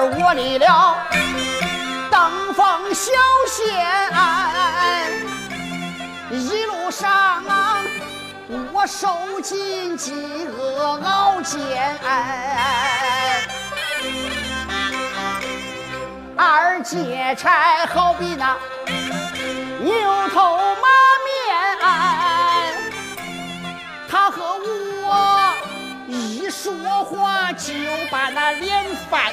儿我离了登封小县，一路上我受尽饥饿熬煎，二劫差好比那牛头马面，他和我一说话就把那脸翻，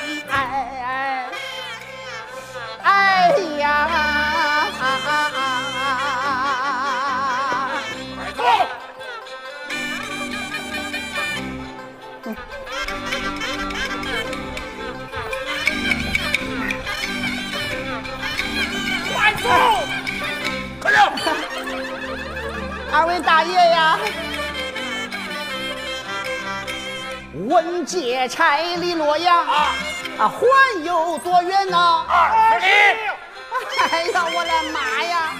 哎呀！ 快走！快走！快点！ 二位大爷呀，问劫差离洛阳还有多远呢 ？20里。 哎呀，我的妈呀！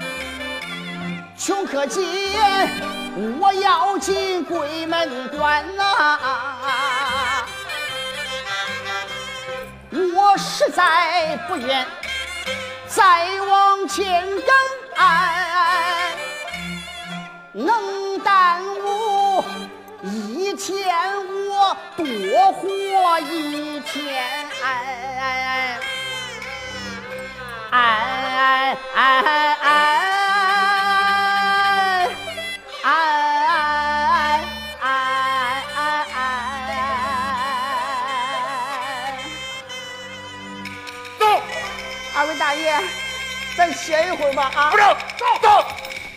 穷可见，我要进鬼门关我实在不愿再往前更，能耽误一天我多活一天， 走！ 二位大爷，咱歇一会儿吧啊！ 不能走！走！